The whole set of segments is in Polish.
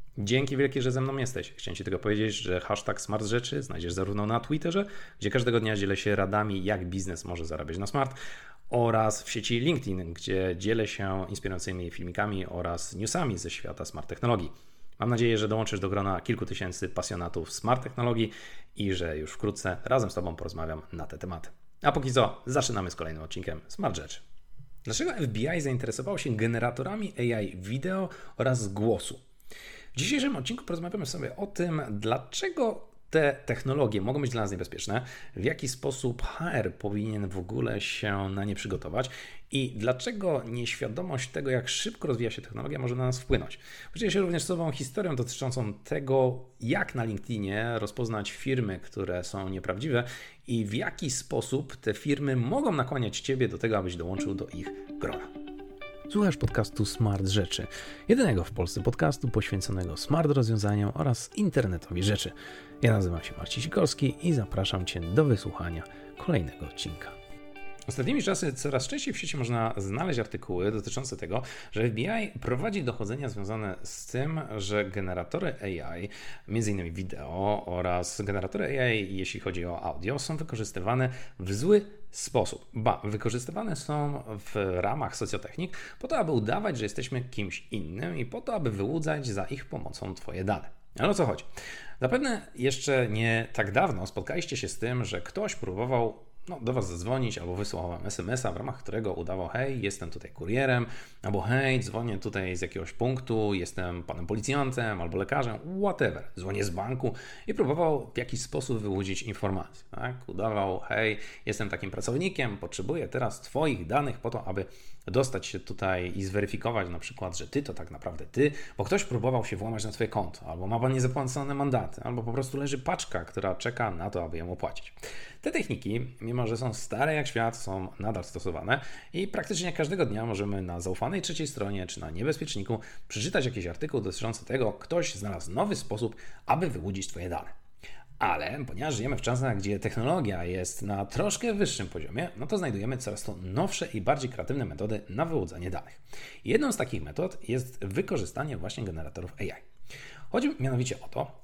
Dzięki wielkie, że ze mną jesteś. Chciałem Ci tylko powiedzieć, że hashtag Smart Rzeczy znajdziesz zarówno na Twitterze, gdzie każdego dnia dzielę się radami, jak biznes może zarabiać na smart, oraz w sieci LinkedIn, gdzie dzielę się inspirującymi filmikami oraz newsami ze świata smart technologii. Mam nadzieję, że dołączysz do grona kilku tysięcy pasjonatów smart technologii i że już wkrótce razem z Tobą porozmawiam na te tematy. A póki co, zaczynamy z kolejnym odcinkiem Smart Rzeczy. Dlaczego FBI zainteresowało się generatorami AI wideo oraz głosu? W dzisiejszym odcinku porozmawiamy sobie o tym, dlaczego te technologie mogą być dla nas niebezpieczne, w jaki sposób HR powinien w ogóle się na nie przygotować i dlaczego nieświadomość tego, jak szybko rozwija się technologia, może na nas wpłynąć. Podzielę się również z Tobą historią dotyczącą tego, jak na LinkedInie rozpoznać firmy, które są nieprawdziwe i w jaki sposób te firmy mogą nakłaniać Ciebie do tego, abyś dołączył do ich grona. Słuchasz podcastu Smart Rzeczy, jedynego w Polsce podcastu poświęconego smart rozwiązaniom oraz internetowi rzeczy. Ja nazywam się Marcin Sikorski i zapraszam Cię do wysłuchania kolejnego odcinka. Ostatnimi czasy coraz częściej w sieci można znaleźć artykuły dotyczące tego, że FBI prowadzi dochodzenia związane z tym, że generatory AI, m.in. wideo oraz generatory AI, jeśli chodzi o audio, są wykorzystywane w zły sposób. Wykorzystywane są w ramach socjotechnik po to, aby udawać, że jesteśmy kimś innym i po to, aby wyłudzać za ich pomocą Twoje dane. Ale o co chodzi? Zapewne jeszcze nie tak dawno spotkaliście się z tym, że ktoś próbował do Was zadzwonić albo wysłał Wam SMS-a, w ramach którego udawał: hej, jestem tutaj kurierem, albo hej, dzwonię tutaj z jakiegoś punktu, jestem panem policjantem albo lekarzem, whatever. Dzwonię z banku i próbował w jakiś sposób wyłudzić informacje. Tak? Udawał: hej, jestem takim pracownikiem, potrzebuję teraz Twoich danych po to, aby dostać się tutaj i zweryfikować na przykład, że Ty to tak naprawdę Ty, bo ktoś próbował się włamać na Twoje konto, albo ma Pan niezapłacone mandaty, albo po prostu leży paczka, która czeka na to, aby ją opłacić. Te techniki, mimo że są stare jak świat, są nadal stosowane i praktycznie każdego dnia możemy na zaufanej trzeciej stronie czy na niebezpieczniku przeczytać jakiś artykuł dotyczący tego, ktoś znalazł nowy sposób, aby wyłudzić Twoje dane. Ale ponieważ żyjemy w czasach, gdzie technologia jest na troszkę wyższym poziomie, to znajdujemy coraz to nowsze i bardziej kreatywne metody na wyłudzanie danych. Jedną z takich metod jest wykorzystanie właśnie generatorów AI. Chodzi mianowicie o to,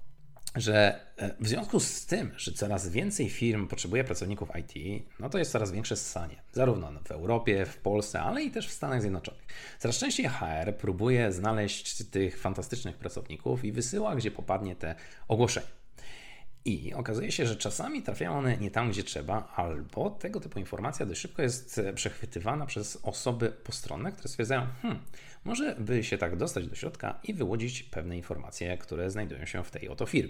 że w związku z tym, że coraz więcej firm potrzebuje pracowników IT, to jest coraz większe ssanie, zarówno w Europie, w Polsce, ale i też w Stanach Zjednoczonych. Coraz częściej HR próbuje znaleźć tych fantastycznych pracowników i wysyła, gdzie popadnie te ogłoszenia. I okazuje się, że czasami trafiają one nie tam, gdzie trzeba, albo tego typu informacja dość szybko jest przechwytywana przez osoby postronne, które stwierdzają, może by się tak dostać do środka i wyłudzić pewne informacje, które znajdują się w tej oto firmie.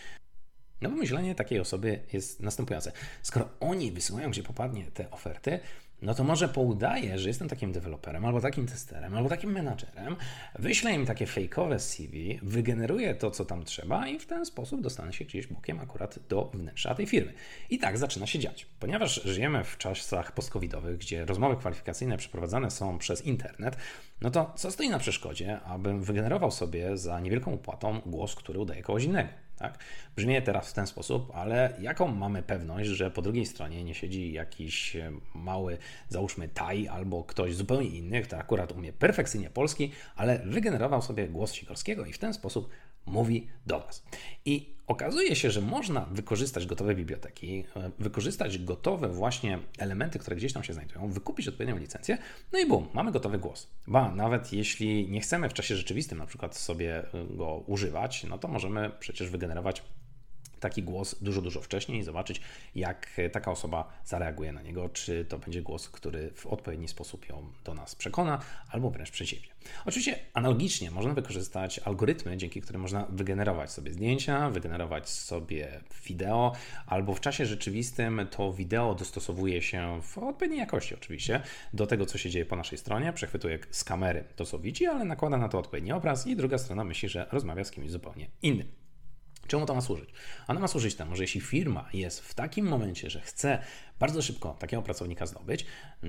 Myślenie takiej osoby jest następujące. Skoro oni wysyłają, gdzie popadnie te oferty, to może poudaję, że jestem takim deweloperem, albo takim testerem, albo takim menadżerem, wyślę im takie fejkowe CV, wygeneruję to, co tam trzeba i w ten sposób dostanę się gdzieś bokiem akurat do wnętrza tej firmy. I tak zaczyna się dziać. Ponieważ żyjemy w czasach post-covidowych, gdzie rozmowy kwalifikacyjne przeprowadzane są przez internet, to co stoi na przeszkodzie, abym wygenerował sobie za niewielką opłatą głos, który udaje kogoś innego? Tak? Brzmi teraz w ten sposób, ale jaką mamy pewność, że po drugiej stronie nie siedzi jakiś mały, załóżmy Taj albo ktoś zupełnie inny, kto akurat umie perfekcyjnie polski, ale wygenerował sobie głos Sikorskiego i w ten sposób mówi do Was. I okazuje się, że można wykorzystać gotowe biblioteki, wykorzystać gotowe właśnie elementy, które gdzieś tam się znajdują, wykupić odpowiednią licencję, i bum, mamy gotowy głos. Nawet jeśli nie chcemy w czasie rzeczywistym na przykład sobie go używać, to możemy przecież wygenerować taki głos dużo wcześniej i zobaczyć, jak taka osoba zareaguje na niego, czy to będzie głos, który w odpowiedni sposób ją do nas przekona, albo wręcz przeciwnie. Oczywiście analogicznie można wykorzystać algorytmy, dzięki którym można wygenerować sobie zdjęcia, wygenerować sobie wideo, albo w czasie rzeczywistym to wideo dostosowuje się w odpowiedniej jakości oczywiście do tego, co się dzieje po naszej stronie, przechwytuje z kamery to, co widzi, ale nakłada na to odpowiedni obraz i druga strona myśli, że rozmawia z kimś zupełnie innym. Czemu to ma służyć? Ona ma służyć temu, że jeśli firma jest w takim momencie, że chce bardzo szybko takiego pracownika zdobyć,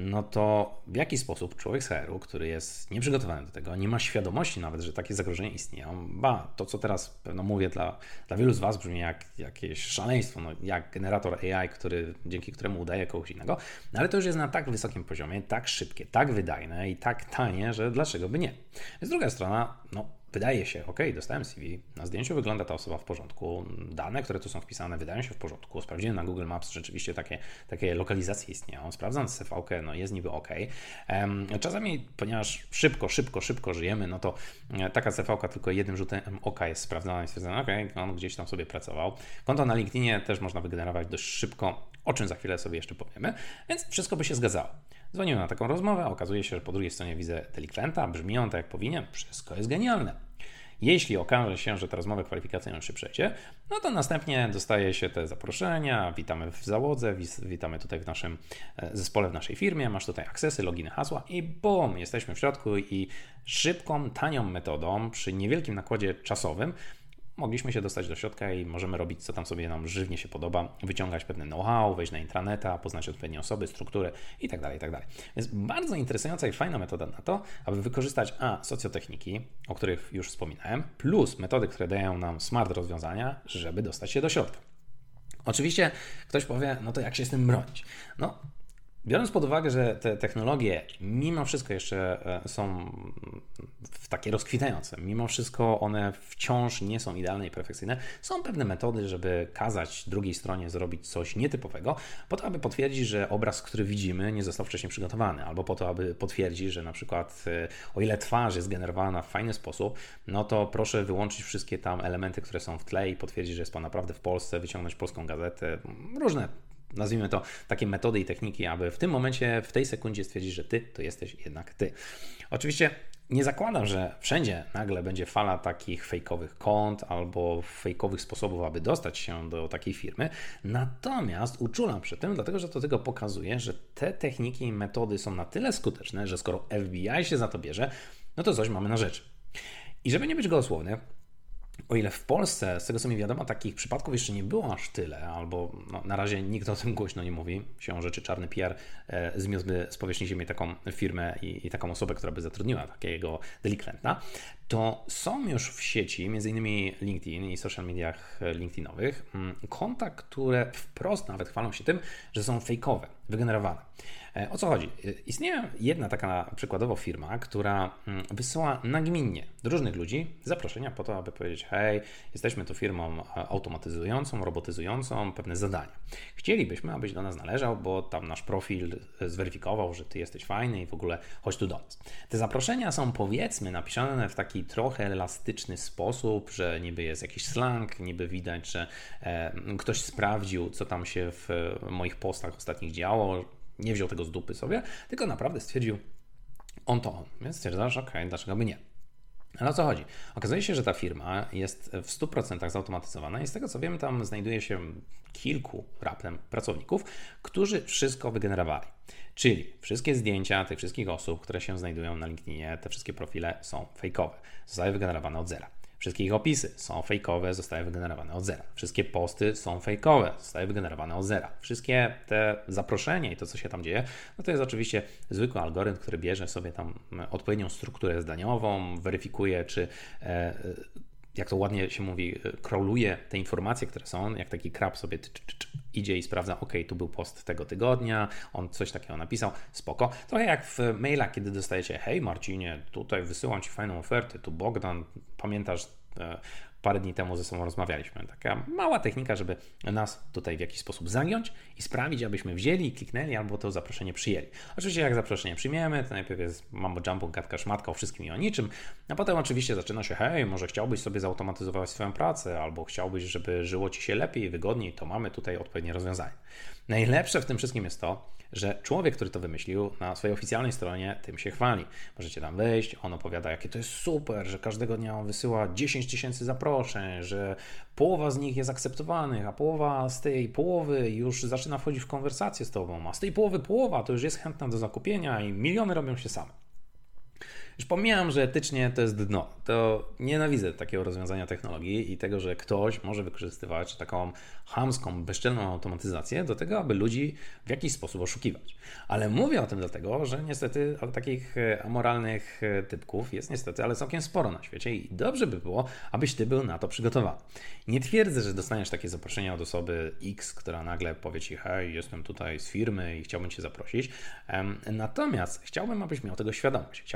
to w jaki sposób człowiek z HR-u, który jest nieprzygotowany do tego, nie ma świadomości nawet, że takie zagrożenia istnieją, to co teraz pewno mówię dla wielu z Was brzmi jak jakieś szaleństwo, jak generator AI, dzięki któremu udaje kogoś innego, ale to już jest na tak wysokim poziomie, tak szybkie, tak wydajne i tak tanie, że dlaczego by nie? Więc druga strona, wydaje się, ok, dostałem CV, na zdjęciu wygląda ta osoba w porządku, dane, które tu są wpisane, wydają się w porządku, sprawdziłem na Google Maps, rzeczywiście takie lokalizacje istnieją, sprawdzam CV-kę, no jest niby ok. Czasami, ponieważ szybko żyjemy, no to taka CV-ka tylko jednym rzutem oka jest sprawdzana i stwierdzona, ok, on gdzieś tam sobie pracował. Konto na LinkedInie też można wygenerować dość szybko, o czym za chwilę sobie jeszcze powiemy, więc wszystko by się zgadzało. Dzwonimy na taką rozmowę, okazuje się, że po drugiej stronie widzę delikwenta, brzmi on tak jak powinien, wszystko jest genialne. Jeśli okaże się, że ta rozmowa kwalifikacyjna się przejdzie, no to następnie dostaje się te zaproszenia, witamy w załodze, witamy tutaj w naszym zespole, w naszej firmie, masz tutaj akcesy, loginy, hasła i bum, jesteśmy w środku i szybką, tanią metodą, przy niewielkim nakładzie czasowym, mogliśmy się dostać do środka i możemy robić, co tam sobie nam żywnie się podoba, wyciągać pewne know-how, wejść na intraneta, poznać odpowiednie osoby, strukturę itd., itd. Więc bardzo interesująca i fajna metoda na to, aby wykorzystać socjotechniki, o których już wspominałem, plus metody, które dają nam smart rozwiązania, żeby dostać się do środka. Oczywiście ktoś powie, no to jak się z tym bronić? No, biorąc pod uwagę, że te technologie mimo wszystko jeszcze są takie rozkwitające, mimo wszystko one wciąż nie są idealne i perfekcyjne, są pewne metody, żeby kazać drugiej stronie zrobić coś nietypowego, po to, aby potwierdzić, że obraz, który widzimy, nie został wcześniej przygotowany, albo po to, aby potwierdzić, że na przykład o ile twarz jest generowana w fajny sposób, no to proszę wyłączyć wszystkie tam elementy, które są w tle i potwierdzić, że jest Pan naprawdę w Polsce, wyciągnąć polską gazetę, różne, nazwijmy to, takie metody i techniki, aby w tym momencie, w tej sekundzie stwierdzić, że Ty to jesteś jednak Ty. Oczywiście nie zakładam, że wszędzie nagle będzie fala takich fejkowych kont albo fejkowych sposobów, aby dostać się do takiej firmy, natomiast uczulam przy tym, dlatego że to tylko pokazuje, że te techniki i metody są na tyle skuteczne, że skoro FBI się za to bierze, no to coś mamy na rzeczy. I żeby nie być gołosłowny, o ile w Polsce, z tego co mi wiadomo, takich przypadków jeszcze nie było aż tyle, albo na razie nikt o tym głośno nie mówi, siłą rzeczy czarny PR zmiósłby z powierzchni ziemi taką firmę i taką osobę, która by zatrudniła takiego delikwenta, to są już w sieci, m.in. LinkedIn i social mediach LinkedInowych, konta, które wprost nawet chwalą się tym, że są fejkowe, wygenerowane. O co chodzi? Istnieje jedna taka przykładowo firma, która wysyła nagminnie do różnych ludzi zaproszenia po to, aby powiedzieć: hej, jesteśmy tu firmą automatyzującą, robotyzującą pewne zadania. Chcielibyśmy, abyś do nas należał, bo tam nasz profil zweryfikował, że ty jesteś fajny i w ogóle chodź tu do nas. Te zaproszenia są, powiedzmy, napisane w taki trochę elastyczny sposób, że niby jest jakiś slang, niby widać, że ktoś sprawdził, co tam się w moich postach ostatnich działo, nie wziął tego z dupy sobie, tylko naprawdę stwierdził, on to on. Więc stwierdzasz, okej, dlaczego by nie? Ale o co chodzi? Okazuje się, że ta firma jest w 100% zautomatyzowana i z tego co wiem, tam znajduje się kilku raptem pracowników, którzy wszystko wygenerowali. Czyli wszystkie zdjęcia tych wszystkich osób, które się znajdują na LinkedInie, te wszystkie profile są fejkowe, zostały wygenerowane od zera. Wszystkie ich opisy są fejkowe, zostały wygenerowane od zera. Wszystkie posty są fejkowe, zostały wygenerowane od zera. Wszystkie te zaproszenia i to, co się tam dzieje, no to jest oczywiście zwykły algorytm, który bierze sobie tam odpowiednią strukturę zdaniową, weryfikuje, czy jak to ładnie się mówi, crawluje te informacje, które są, jak taki krab sobie idzie i sprawdza, ok, tu był post tego tygodnia, on coś takiego napisał, spoko. Trochę jak w mailach, kiedy dostajecie: hej Marcinie, tutaj wysyłam Ci fajną ofertę, tu Bogdan, pamiętasz, parę dni temu ze sobą rozmawialiśmy. Taka mała technika, żeby nas tutaj w jakiś sposób zagiąć i sprawić, abyśmy wzięli, kliknęli albo to zaproszenie przyjęli. Oczywiście jak zaproszenie przyjmiemy, to najpierw jest mambo jumbo, gadka szmatka o wszystkim i o niczym, a potem oczywiście zaczyna się: hej, może chciałbyś sobie zautomatyzować swoją pracę, albo chciałbyś, żeby żyło Ci się lepiej, wygodniej, to mamy tutaj odpowiednie rozwiązanie. Najlepsze w tym wszystkim jest to, że człowiek, który to wymyślił, na swojej oficjalnej stronie tym się chwali. Możecie tam wejść, on opowiada, jakie to jest super, że każdego dnia on wysyła 10 000 zaproszeń, że połowa z nich jest akceptowanych, a połowa z tej połowy już zaczyna wchodzić w konwersację z Tobą, a z tej połowa to już jest chętna do zakupienia i miliony robią się same. Już pomijam, że etycznie to jest dno. To nienawidzę takiego rozwiązania technologii i tego, że ktoś może wykorzystywać taką chamską, bezczelną automatyzację do tego, aby ludzi w jakiś sposób oszukiwać. Ale mówię o tym dlatego, że niestety takich amoralnych typków jest niestety, ale całkiem sporo na świecie i dobrze by było, abyś Ty był na to przygotowany. Nie twierdzę, że dostaniesz takie zaproszenia od osoby X, która nagle powie Ci: hej, jestem tutaj z firmy i chciałbym Cię zaprosić. Natomiast chciałbym, abyś miał tego świadomość. Chciałbym, abyś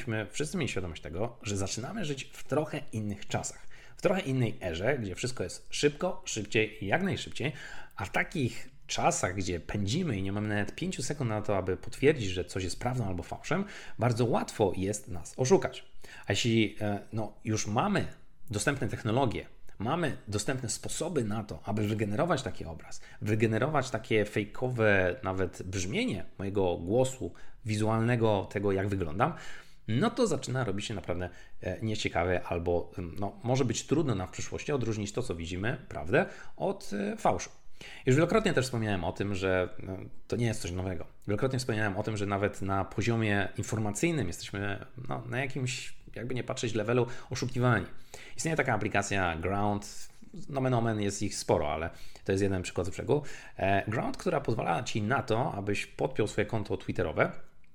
żebyśmy wszyscy mieli świadomość tego, że zaczynamy żyć w trochę innych czasach. W trochę innej erze, gdzie wszystko jest szybko, szybciej i jak najszybciej, a w takich czasach, gdzie pędzimy i nie mamy nawet 5 sekund na to, aby potwierdzić, że coś jest prawdą albo fałszem, bardzo łatwo jest nas oszukać. A jeśli już mamy dostępne technologie, mamy dostępne sposoby na to, aby wygenerować taki obraz, wygenerować takie fejkowe nawet brzmienie mojego głosu, wizualnego tego, jak wyglądam, no to zaczyna robić się naprawdę nieciekawe albo może być trudno nam w przyszłości odróżnić to, co widzimy, prawdę, od fałszu. Już wielokrotnie też wspomniałem o tym, że to nie jest coś nowego. Wielokrotnie wspomniałem o tym, że nawet na poziomie informacyjnym jesteśmy na jakimś, jakby nie patrzeć, levelu oszukiwani. Istnieje taka aplikacja Ground, nomen omen jest ich sporo, ale to jest jeden przykład z brzegu. Ground, która pozwala Ci na to, abyś podpiął swoje konto twitterowe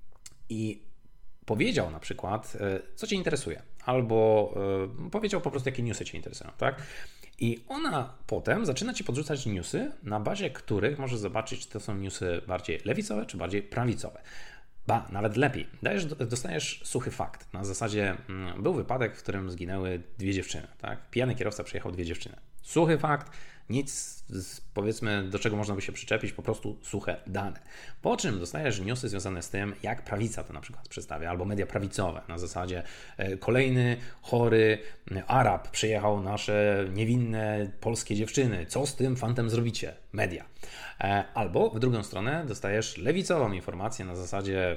i powiedział na przykład, co Cię interesuje, albo powiedział po prostu, jakie newsy Cię interesują, tak? I ona potem zaczyna Ci podrzucać newsy, na bazie których możesz zobaczyć, czy to są newsy bardziej lewicowe, czy bardziej prawicowe. Ba, nawet lepiej. Dostajesz suchy fakt. Na zasadzie był wypadek, w którym zginęły 2 dziewczyny. Tak? Pijany kierowca przejechał 2 dziewczyny. Suchy fakt, nic powiedzmy do czego można by się przyczepić, po prostu suche dane. Po czym dostajesz newsy związane z tym, jak prawica to na przykład przedstawia, albo media prawicowe. Na zasadzie kolejny chory Arab przejechał nasze niewinne polskie dziewczyny. Co z tym fantem zrobicie? Media. Albo w drugą stronę dostajesz lewicową informację na zasadzie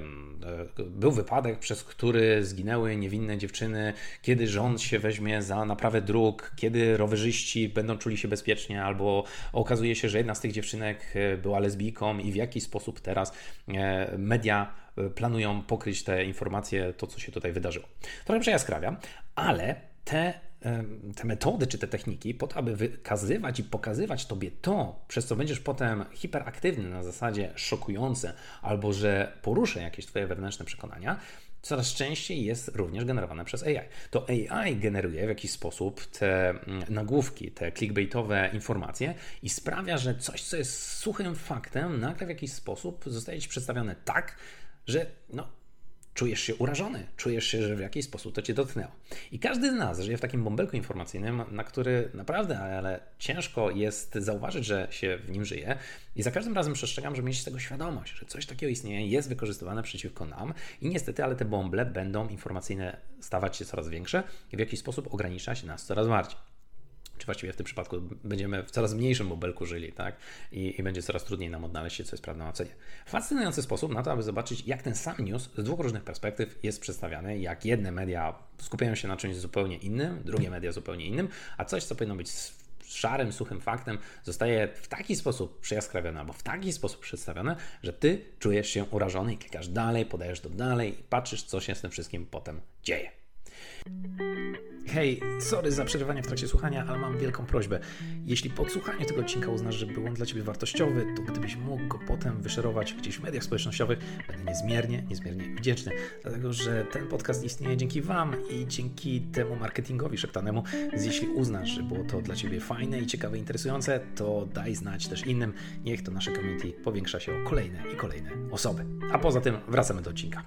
był wypadek, przez który zginęły niewinne dziewczyny, kiedy rząd się weźmie za naprawę dróg, kiedy rowerzyści będą czuli się bezpiecznie, albo okazuje się, że jedna z tych dziewczynek była lesbijką i w jaki sposób teraz media planują pokryć te informacje, to co się tutaj wydarzyło. Trochę przejaskrawia, ale te metody czy te techniki po to, aby wykazywać i pokazywać Tobie to, przez co będziesz potem hiperaktywny na zasadzie szokujące albo że poruszę jakieś Twoje wewnętrzne przekonania, coraz częściej jest również generowane przez AI. To AI generuje w jakiś sposób te nagłówki, te clickbaitowe informacje i sprawia, że coś, co jest suchym faktem, nagle w jakiś sposób zostaje Ci przedstawione tak, że czujesz się urażony, czujesz się, że w jakiś sposób to Cię dotknęło. I każdy z nas żyje w takim bąbelku informacyjnym, na który naprawdę, ale ciężko jest zauważyć, że się w nim żyje. I za każdym razem przestrzegam, żeby mieć z tego świadomość, że coś takiego istnieje, jest wykorzystywane przeciwko nam i niestety, ale te bąble będą informacyjne stawać się coraz większe i w jakiś sposób ograniczać nas coraz bardziej. Czy właściwie w tym przypadku będziemy w coraz mniejszym bąbelku żyli, tak? I będzie coraz trudniej nam odnaleźć się, co jest prawdą, a co nie. Fascynujący sposób na to, aby zobaczyć, jak ten sam news z 2 różnych perspektyw jest przedstawiany, jak jedne media skupiają się na czymś zupełnie innym, drugie media zupełnie innym, a coś, co powinno być szarym, suchym faktem, zostaje w taki sposób przejaskrawione albo w taki sposób przedstawione, że Ty czujesz się urażony i klikasz dalej, podajesz to dalej i patrzysz, co się z tym wszystkim potem dzieje. Hej, sorry za przerywanie w trakcie słuchania, ale mam wielką prośbę. Jeśli po odsłuchaniu tego odcinka uznasz, że był on dla Ciebie wartościowy, to gdybyś mógł go potem wyszerować gdzieś w mediach społecznościowych, będę niezmiernie wdzięczny. Dlatego, że ten podcast istnieje dzięki Wam i dzięki temu marketingowi szeptanemu. Więc jeśli uznasz, że było to dla Ciebie fajne i ciekawe, interesujące, to daj znać też innym. Niech to nasze community powiększa się o kolejne i kolejne osoby. A poza tym wracamy do odcinka.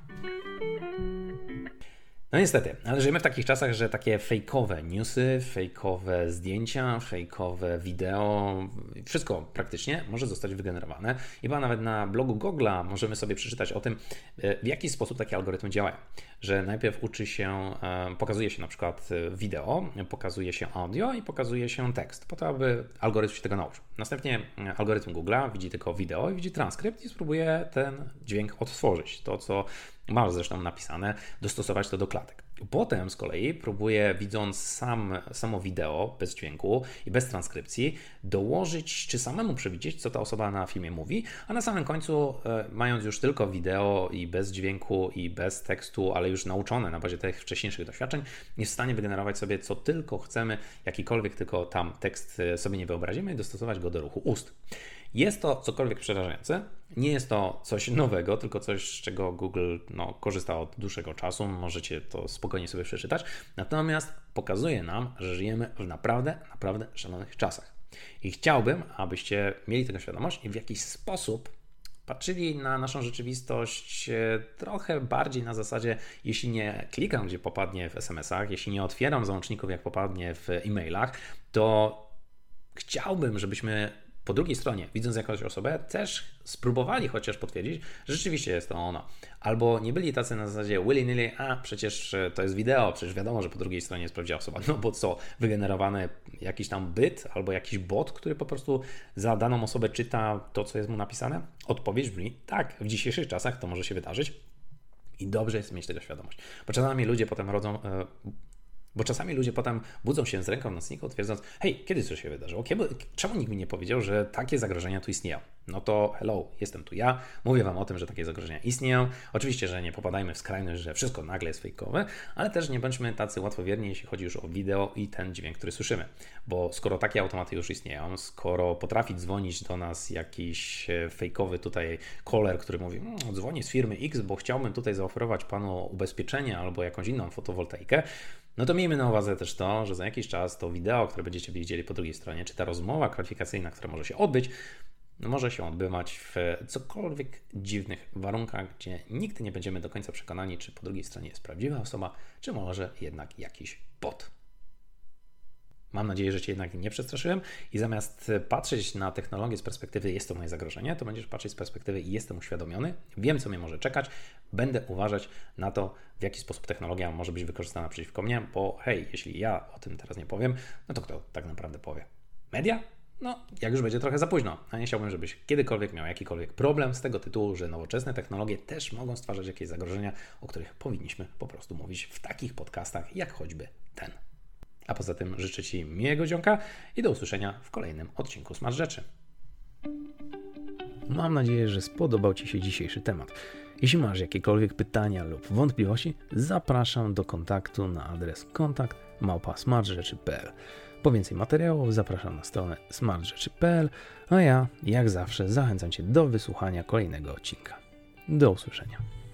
No niestety, ale żyjemy w takich czasach, że takie fejkowe newsy, fejkowe zdjęcia, fejkowe wideo, wszystko praktycznie może zostać wygenerowane. I chyba nawet na blogu Google'a możemy sobie przeczytać o tym, w jaki sposób takie algorytmy działają. Że najpierw pokazuje się na przykład wideo, pokazuje się audio i pokazuje się tekst, po to, aby algorytm się tego nauczył. Następnie algorytm Google'a widzi tylko wideo i widzi transkrypt i spróbuje ten dźwięk odtworzyć. To, co ma zresztą napisane, dostosować to do klatek. Potem z kolei próbuje, widząc samo wideo bez dźwięku i bez transkrypcji, dołożyć czy samemu przewidzieć, co ta osoba na filmie mówi, a na samym końcu, mając już tylko wideo i bez dźwięku i bez tekstu, ale już nauczone na bazie tych wcześniejszych doświadczeń, jest w stanie wygenerować sobie co tylko chcemy, jakikolwiek tylko tam tekst sobie nie wyobrazimy i dostosować go do ruchu ust. Jest to cokolwiek przerażające, nie jest to coś nowego, tylko coś, z czego Google korzysta od dłuższego czasu, możecie to spokojnie sobie przeczytać, natomiast pokazuje nam, że żyjemy w naprawdę szalonych czasach. I chciałbym, abyście mieli tego świadomość i w jakiś sposób patrzyli na naszą rzeczywistość trochę bardziej na zasadzie, jeśli nie klikam, gdzie popadnie w SMS-ach, jeśli nie otwieram załączników, jak popadnie w e-mailach, to chciałbym, żebyśmy po drugiej stronie, widząc jakąś osobę, też spróbowali chociaż potwierdzić, że rzeczywiście jest to ona. Albo nie byli tacy na zasadzie willy-nilly, a przecież to jest wideo, przecież wiadomo, że po drugiej stronie jest prawdziwa osoba. No bo co, wygenerowany jakiś tam byt albo jakiś bot, który po prostu za daną osobę czyta to, co jest mu napisane? Odpowiedź brzmi tak, w dzisiejszych czasach to może się wydarzyć i dobrze jest mieć tego świadomość. Bo czasami ludzie potem budzą się z ręką na nocniku, twierdząc, hej, kiedy coś się wydarzyło? Czemu nikt mi nie powiedział, że takie zagrożenia tu istnieją? No to hello, jestem tu ja, mówię Wam o tym, że takie zagrożenia istnieją. Oczywiście, że nie popadajmy w skrajność, że wszystko nagle jest fejkowe, ale też nie bądźmy tacy łatwowierni, jeśli chodzi już o wideo i ten dźwięk, który słyszymy. Bo skoro takie automaty już istnieją, skoro potrafi dzwonić do nas jakiś fejkowy tutaj caller, który mówi, dzwonię z firmy X, bo chciałbym tutaj zaoferować Panu ubezpieczenie albo jakąś inną fotowoltaikę, no to miejmy na uwadze też to, że za jakiś czas to wideo, które będziecie widzieli po drugiej stronie, czy ta rozmowa kwalifikacyjna, która może się odbyć, no może się odbywać w cokolwiek dziwnych warunkach, gdzie nigdy nie będziemy do końca przekonani, czy po drugiej stronie jest prawdziwa osoba, czy może jednak jakiś bot. Mam nadzieję, że Cię jednak nie przestraszyłem i zamiast patrzeć na technologię z perspektywy jest to moje zagrożenie, to będziesz patrzeć z perspektywy jestem uświadomiony, wiem, co mnie może czekać, będę uważać na to, w jaki sposób technologia może być wykorzystana przeciwko mnie, bo hej, jeśli ja o tym teraz nie powiem, no to kto tak naprawdę powie? Media? No, jak już będzie trochę za późno, a nie chciałbym, żebyś kiedykolwiek miał jakikolwiek problem z tego tytułu, że nowoczesne technologie też mogą stwarzać jakieś zagrożenia, o których powinniśmy po prostu mówić w takich podcastach, jak choćby ten. A poza tym życzę Ci miłego dzionka i do usłyszenia w kolejnym odcinku Smart Rzeczy. Mam nadzieję, że spodobał Ci się dzisiejszy temat. Jeśli masz jakiekolwiek pytania lub wątpliwości, zapraszam do kontaktu na adres kontakt@smartrzeczy.pl. Po więcej materiałów zapraszam na stronę smartrzeczy.pl, a ja, jak zawsze, zachęcam Cię do wysłuchania kolejnego odcinka. Do usłyszenia.